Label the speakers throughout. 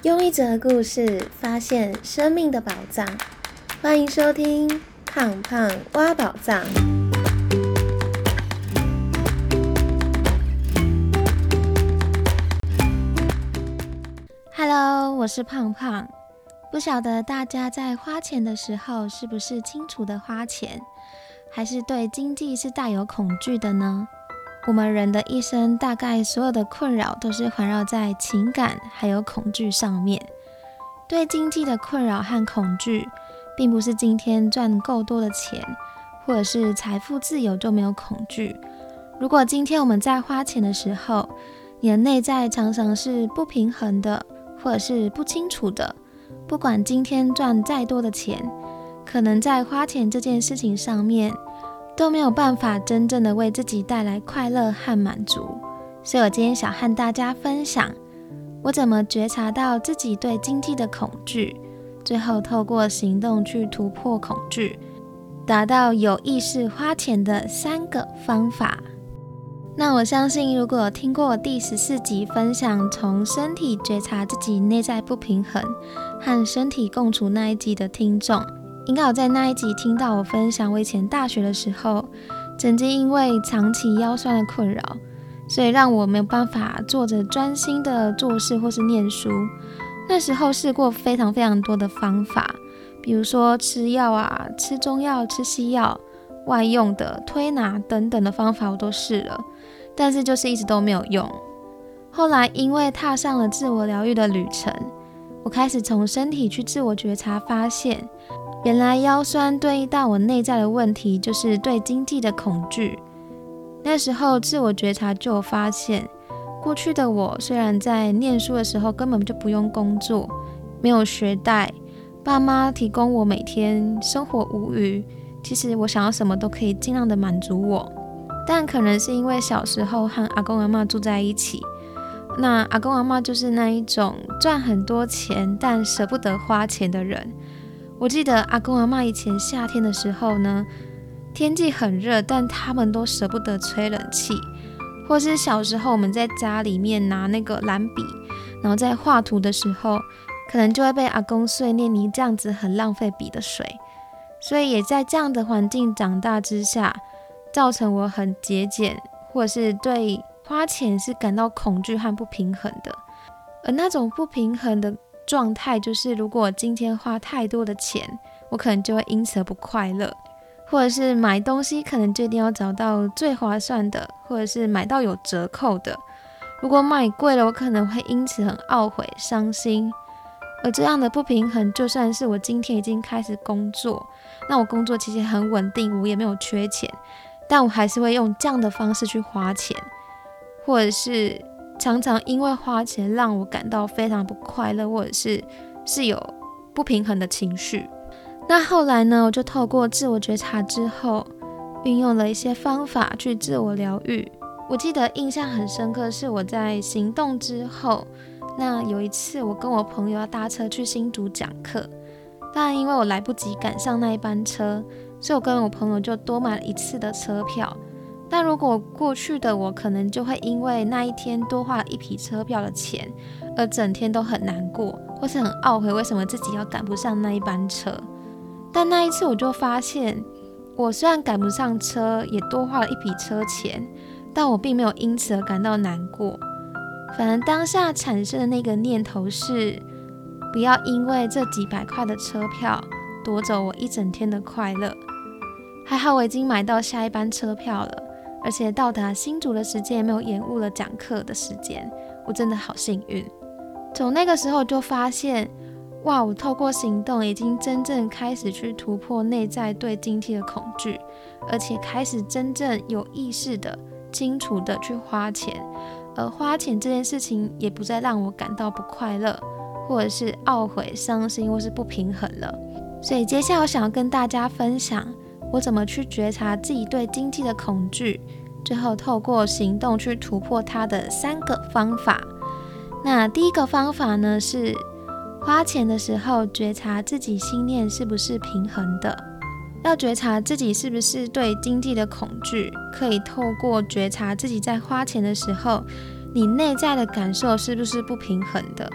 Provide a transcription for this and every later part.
Speaker 1: 用一则故事发现生命的宝藏，欢迎收听《胖胖挖宝藏》。Hello， 我是胖胖。不晓得大家在花钱的时候是不是清楚的花钱，还是对经济是带有恐惧的呢？我们人的一生大概所有的困扰都是环绕在情感还有恐惧上面。对经济的困扰和恐惧，并不是今天赚够多的钱，或者是财富自由就没有恐惧。如果今天我们在花钱的时候，你的内在常常是不平衡的，或者是不清楚的，不管今天赚再多的钱，可能在花钱这件事情上面都没有办法真正的为自己带来快乐和满足。所以我今天想和大家分享我怎么觉察到自己对经济的恐惧，最后透过行动去突破恐惧，达到有意识花钱的3个方法。那我相信如果有听过我第14集分享从身体觉察自己内在不平衡和身体共处那一集的听众，应该有在那一集听到我分享我以前大学的时候曾经因为长期腰酸的困扰，所以让我没有办法坐着专心的做事或是念书。那时候试过非常非常多的方法，比如说吃药啊、吃中药、吃西药、外用的推拿等等的方法我都试了，但是就是一直都没有用。后来因为踏上了自我疗愈的旅程，我开始从身体去自我觉察，发现原来腰酸对应到我内在的问题就是对经济的恐惧。那时候自我觉察就有发现，过去的我虽然在念书的时候根本就不用工作，没有学贷，爸妈提供我每天生活无虞，其实我想要什么都可以尽量的满足我。但可能是因为小时候和阿公阿嬷住在一起，那阿公阿嬷就是那一种赚很多钱但舍不得花钱的人。我记得阿公阿嬷以前夏天的时候呢，天气很热，但他们都舍不得吹冷气。或是小时候我们在家里面拿那个蓝笔，然后在画图的时候，可能就会被阿公碎念你这样子很浪费笔的水。所以也在这样的环境长大之下，造成我很节俭，或者是对花钱是感到恐惧和不平衡的。而那种不平衡的状态，就是如果今天花太多的钱，我可能就会因此而不快乐，或者是买东西可能就一定要找到最划算的，或者是买到有折扣的。如果买贵了，我可能会因此很懊悔伤心。而这样的不平衡，就算是我今天已经开始工作，那我工作其实很稳定，我也没有缺钱，但我还是会用这样的方式去花钱，或者是常常因为花钱让我感到非常不快乐，或者是有不平衡的情绪。那后来呢，我就透过自我觉察之后，运用了一些方法去自我疗愈。我记得印象很深刻是我在行动之后，那有一次我跟我朋友要搭车去新竹讲课，但因为我来不及赶上那一班车，所以我跟我朋友就多买了1次的车票。但如果过去的我可能就会因为那一天多花了一笔车票的钱，而整天都很难过，或是很懊悔为什么自己要赶不上那一班车。但那一次我就发现，我虽然赶不上车，也多花了一笔车钱，但我并没有因此而感到难过。反而当下产生的那个念头是，不要因为这几百块的车票夺走我一整天的快乐。还好我已经买到下一班车票了，而且到达新竹的时间也没有延误了讲课的时间，我真的好幸运。从那个时候就发现，哇，我透过行动已经真正开始去突破内在对经济的恐惧，而且开始真正有意识的、清楚的去花钱。而花钱这件事情也不再让我感到不快乐，或者是懊悔、伤心或是不平衡了。所以接下来我想要跟大家分享我怎么去觉察自己对经济的恐惧，最后透过行动去突破它的3个方法。那第一个方法呢，是花钱的时候觉察自己心念是不是平衡的。要觉察自己是不是对经济的恐惧，可以透过觉察自己在花钱的时候，你内在的感受是不是不平衡的。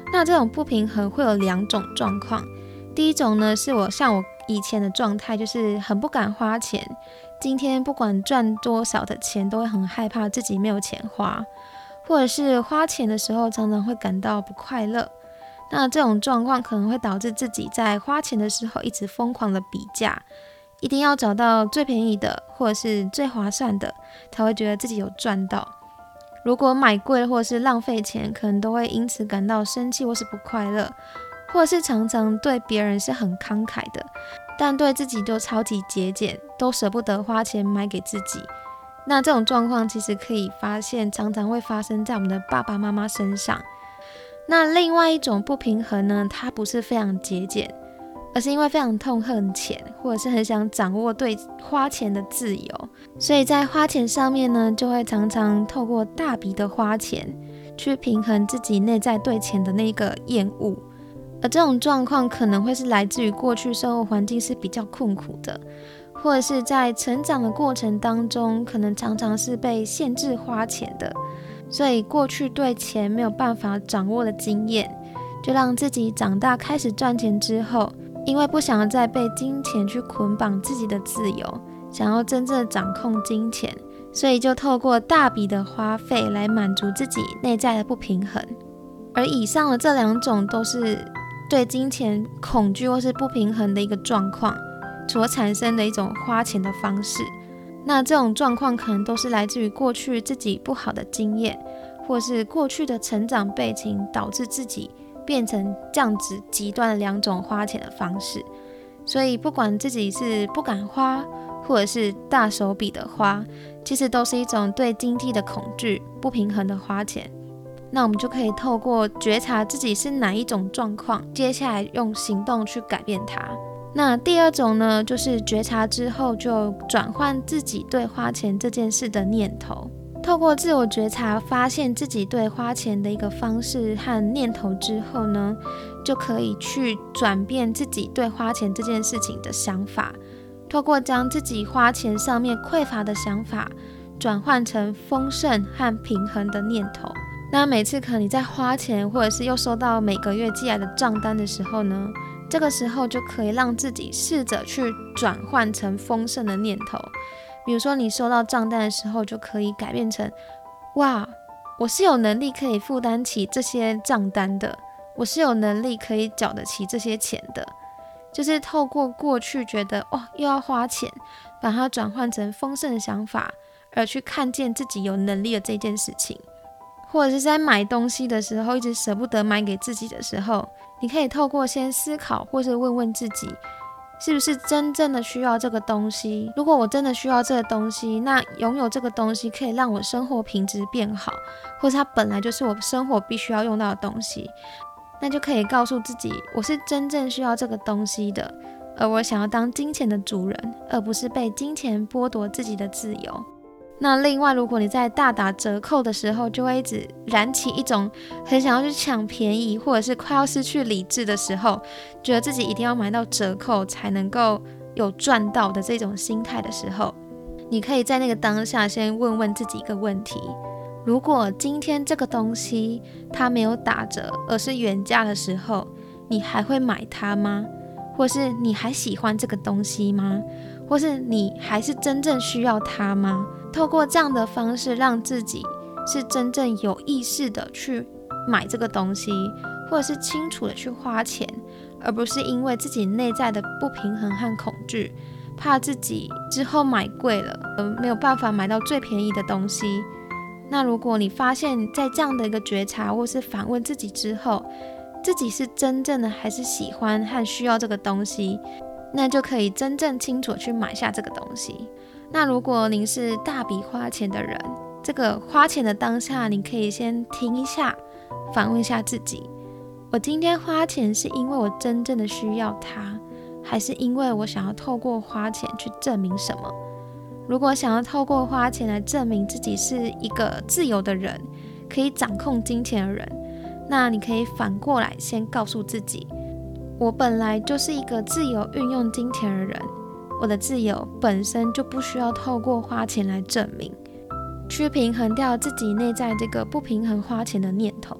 Speaker 1: 那这种不平衡会有2种状况，第一种呢是像我以前的状态，就是很不敢花钱，今天不管赚多少的钱都会很害怕自己没有钱花，或者是花钱的时候常常会感到不快乐。那这种状况可能会导致自己在花钱的时候一直疯狂的比价，一定要找到最便宜的或者是最划算的，才会觉得自己有赚到。如果买贵或者是浪费钱，可能都会因此感到生气或是不快乐，或者是常常对别人是很慷慨的，但对自己就超级节俭，都舍不得花钱买给自己。那这种状况其实可以发现常常会发生在我们的爸爸妈妈身上。那另外一种不平衡呢，它不是非常节俭，而是因为非常痛恨钱，或者是很想掌握对花钱的自由，所以在花钱上面呢，就会常常透过大笔的花钱去平衡自己内在对钱的那个厌恶。而这种状况可能会是来自于过去生活环境是比较困苦的，或者是在成长的过程当中，可能常常是被限制花钱的，所以过去对钱没有办法掌握的经验，就让自己长大开始赚钱之后，因为不想要再被金钱去捆绑自己的自由，想要真正掌控金钱，所以就透过大笔的花费来满足自己内在的不平衡。而以上的这2种都是对金钱恐惧或是不平衡的一个状况所产生的一种花钱的方式。那这种状况可能都是来自于过去自己不好的经验，或是过去的成长背景，导致自己变成这样子极端的2种花钱的方式。所以不管自己是不敢花，或者是大手笔的花，其实都是一种对经济的恐惧、不平衡的花钱。那我们就可以透过觉察自己是哪一种状况，接下来用行动去改变它。那第2种呢，就是觉察之后就转换自己对花钱这件事的念头。透过自我觉察发现自己对花钱的一个方式和念头之后呢，就可以去转变自己对花钱这件事情的想法，透过将自己花钱上面匮乏的想法转换成丰盛和平衡的念头。那每次可能你在花钱，或者是又收到每个月寄来的账单的时候呢，这个时候就可以让自己试着去转换成丰盛的念头。比如说你收到账单的时候，就可以改变成哇，我是有能力可以负担起这些账单的，我是有能力可以缴得起这些钱的。就是透过过去觉得又要花钱，把它转换成丰盛的想法，而去看见自己有能力的这件事情。或者是在买东西的时候一直舍不得买给自己的时候，你可以透过先思考，或是问问自己是不是真正的需要这个东西。如果我真的需要这个东西，那拥有这个东西可以让我生活品质变好，或者它本来就是我生活必须要用到的东西，那就可以告诉自己我是真正需要这个东西的，而我想要当金钱的主人，而不是被金钱剥夺自己的自由。那另外，如果你在大打折扣的时候，就会一直燃起一种很想要去抢便宜，或者是快要失去理智的时候，觉得自己一定要买到折扣才能够有赚到的这种心态的时候，你可以在那个当下先问问自己一个问题：如果今天这个东西它没有打折，而是原价的时候，你还会买它吗？或是你还喜欢这个东西吗？或是你还是真正需要它吗？透过这样的方式，让自己是真正有意识的去买这个东西，或者是清楚的去花钱，而不是因为自己内在的不平衡和恐惧，怕自己之后买贵了，没有办法买到最便宜的东西。那如果你发现在这样的一个觉察或是反问自己之后，自己是真正的还是喜欢和需要这个东西，那就可以真正清楚去买下这个东西。那如果您是大笔花钱的人，这个花钱的当下，你可以先停一下，反问一下自己：我今天花钱是因为我真正的需要它，还是因为我想要透过花钱去证明什么？如果想要透过花钱来证明自己是一个自由的人，可以掌控金钱的人，那你可以反过来先告诉自己：我本来就是一个自由运用金钱的人，我的自由本身就不需要透过花钱来证明，去平衡掉自己内在这个不平衡花钱的念头。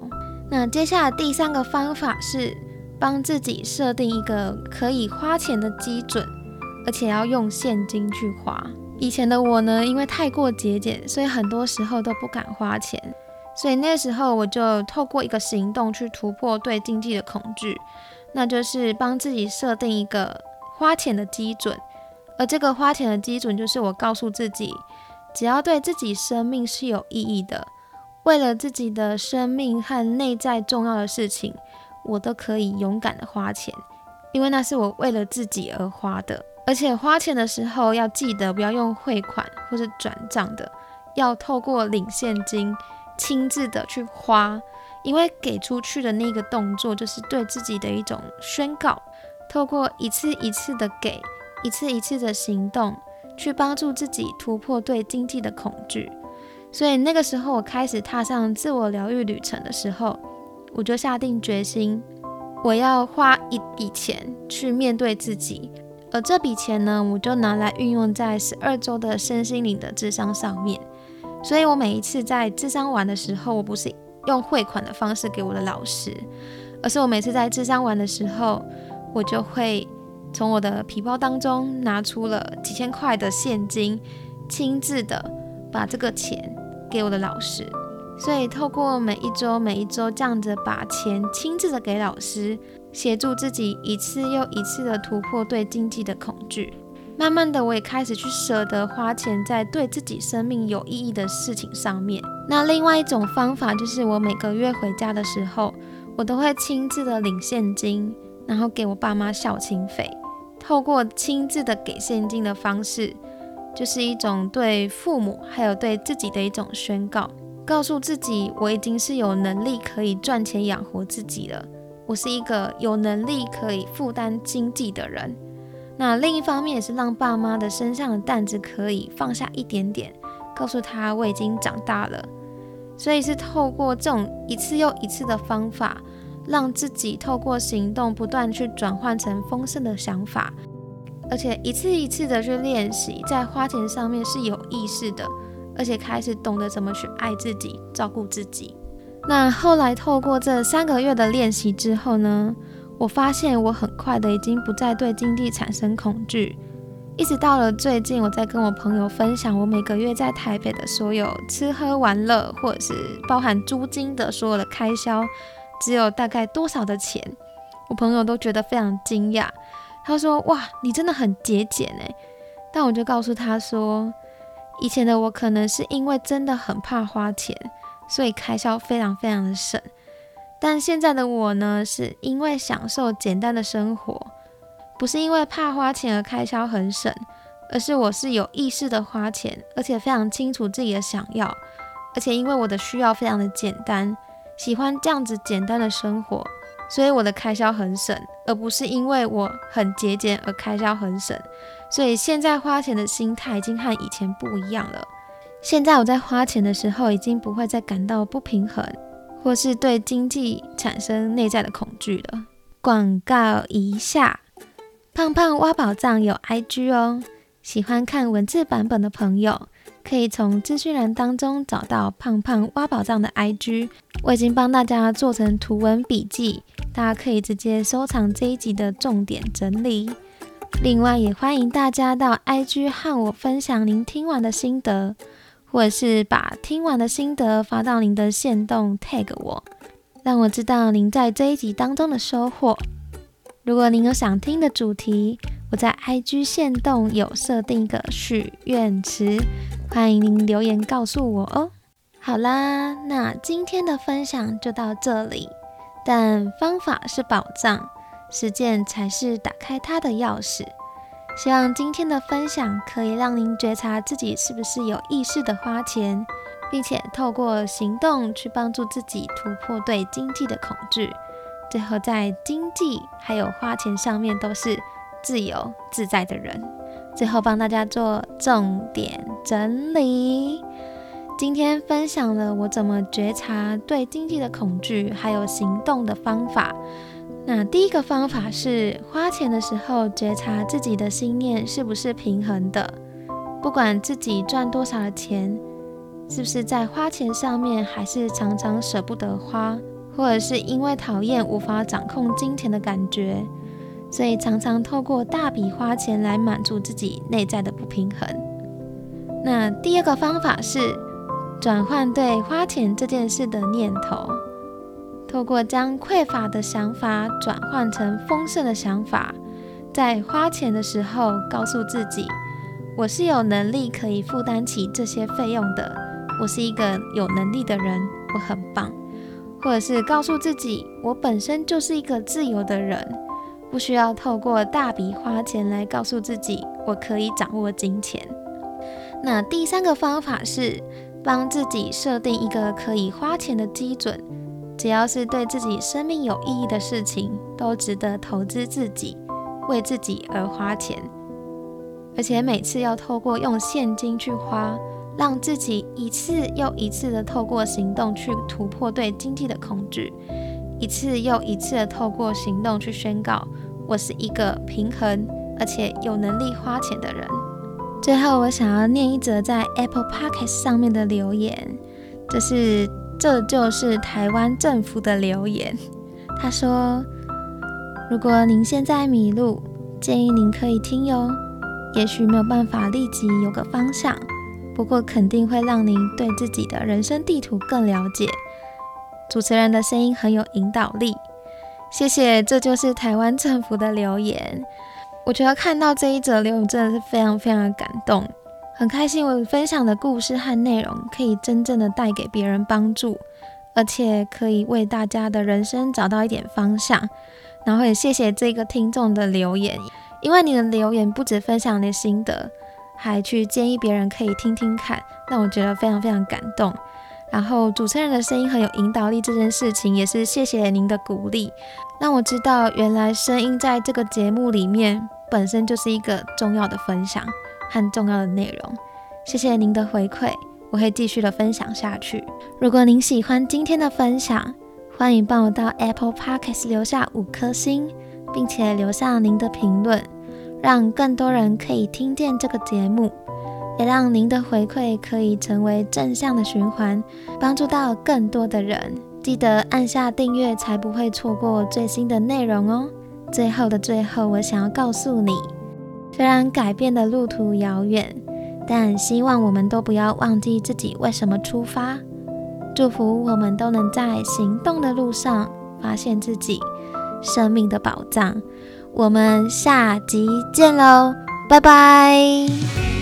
Speaker 1: 那接下来第3个方法是帮自己设定一个可以花钱的基准，而且要用现金去花。以前的我呢，因为太过节俭，所以很多时候都不敢花钱，所以那时候我就透过一个行动去突破对经济的恐惧，那就是帮自己设定一个花钱的基准。而这个花钱的基准就是我告诉自己，只要对自己生命是有意义的，为了自己的生命和内在重要的事情，我都可以勇敢的花钱，因为那是我为了自己而花的。而且花钱的时候要记得不要用汇款或是转账的，要透过领现金亲自的去花，因为给出去的那个动作就是对自己的一种宣告，透过一次一次的给，一次一次的行动，去帮助自己突破对经济的恐惧。所以那个时候我开始踏上自我疗愈旅程的时候，我就下定决心，我要花一笔钱去面对自己。而这笔钱呢，我就拿来运用在12周的身心灵的諮商上面。所以我每一次在諮商完的时候，我不是用汇款的方式给我的老师，而是我每次在諮商完的时候，我就会从我的皮包当中拿出了几千块的现金，亲自的把这个钱给我的老师。所以透过每一周这样子把钱亲自的给老师，协助自己一次又一次的突破对经济的恐惧。慢慢的我也开始去舍得花钱在对自己生命有意义的事情上面。那另外一种方法就是我每个月回家的时候，我都会亲自的领现金，然后给我爸妈孝亲费。透过亲自的给现金的方式，就是一种对父母还有对自己的一种宣告，告诉自己我已经是有能力可以赚钱养活自己了，我是一个有能力可以负担经济的人。那另一方面也是让爸妈的身上的担子可以放下一点点，告诉他我已经长大了。所以是透过这种一次又一次的方法，让自己透过行动不断去转换成丰盛的想法，而且一次一次的去练习，在花钱上面是有意识的，而且开始懂得怎么去爱自己，照顾自己。那后来透过这3个月的练习之后呢，我发现我很快的已经不再对经济产生恐惧。一直到了最近，我在跟我朋友分享我每个月在台北的所有吃喝玩乐，或者是包含租金的所有的开销，只有大概多少的钱，我朋友都觉得非常惊讶。他说哇，你真的很节俭耶。但我就告诉他说，以前的我可能是因为真的很怕花钱，所以开销非常非常的省。但现在的我呢，是因为享受简单的生活，不是因为怕花钱而开销很省，而是我是有意识的花钱，而且非常清楚自己的想要，而且因为我的需要非常的简单，喜欢这样子简单的生活，所以我的开销很省，而不是因为我很节俭而开销很省。所以现在花钱的心态已经和以前不一样了。现在我在花钱的时候，已经不会再感到不平衡，或是对经济产生内在的恐惧了。广告一下，胖胖挖宝藏有 IG 哦，喜欢看文字版本的朋友，可以从资讯栏当中找到胖胖挖宝藏的 IG， 我已经帮大家做成图文笔记，大家可以直接收藏这一集的重点整理。另外也欢迎大家到 IG 和我分享您听完的心得，或者是把听完的心得发到您的限动 tag 我，让我知道您在这一集当中的收获。如果您有想听的主题，我在 IG 限动有设定一个许愿池，欢迎您留言告诉我哦。好啦，那今天的分享就到这里，但方法是宝藏，实践才是打开它的钥匙。希望今天的分享可以让您觉察自己是不是有意识的花钱，并且透过行动去帮助自己突破对经济的恐惧，最后在经济还有花钱上面都是自由自在的人。最后帮大家做重点整理，今天分享了我怎么觉察对经济的恐惧还有行动的方法。那第一个方法是花钱的时候觉察自己的心念是不是平衡的，不管自己赚多少的钱，是不是在花钱上面还是常常舍不得花， 或者是因为讨厌无法掌控金钱的感觉，所以常常透过大笔花钱来满足自己内在的不平衡。那第二个方法是转换对花钱这件事的念头，透过将匮乏的想法转换成丰盛的想法，在花钱的时候告诉自己，我是有能力可以负担起这些费用的，我是一个有能力的人，我很棒。或者是告诉自己，我本身就是一个自由的人，不需要透过大笔花钱来告诉自己我可以掌握金钱。那第三个方法是帮自己设定一个可以花钱的基准，只要是对自己生命有意义的事情，都值得投资自己，为自己而花钱。而且每次要透过用现金去花，让自己一次又一次的透过行动去突破对经济的恐惧，一次又一次的透过行动去宣告，我是一个平衡而且有能力花钱的人。最后我想要念一则在 Apple Podcast 上面的留言，这就是台湾政府的留言。他说，如果您现在迷路，建议您可以听哟，也许没有办法立即有个方向，不过肯定会让您对自己的人生地图更了解。主持人的声音很有引导力，谢谢，这就是台湾政府的留言。我觉得看到这一则留言真的是非常非常的感动，很开心我分享的故事和内容可以真正的带给别人帮助，而且可以为大家的人生找到一点方向。然后也谢谢这个听众的留言，因为你的留言不只分享你的心得，还去建议别人可以听听看，让我觉得非常非常感动。然后主持人的声音很有引导力这件事情，也是谢谢您的鼓励，让我知道原来声音在这个节目里面本身就是一个重要的分享和重要的内容。谢谢您的回馈，我会继续的分享下去。如果您喜欢今天的分享，欢迎帮我到 Apple Podcast 留下5颗星，并且留下您的评论，让更多人可以听见这个节目，也让您的回馈可以成为正向的循环，帮助到更多的人。记得按下订阅，才不会错过最新的内容哦。最后的最后，我想要告诉你，虽然改变的路途遥远，但希望我们都不要忘记自己为什么出发。祝福我们都能在行动的路上发现自己生命的宝藏。我们下集见喽，拜拜。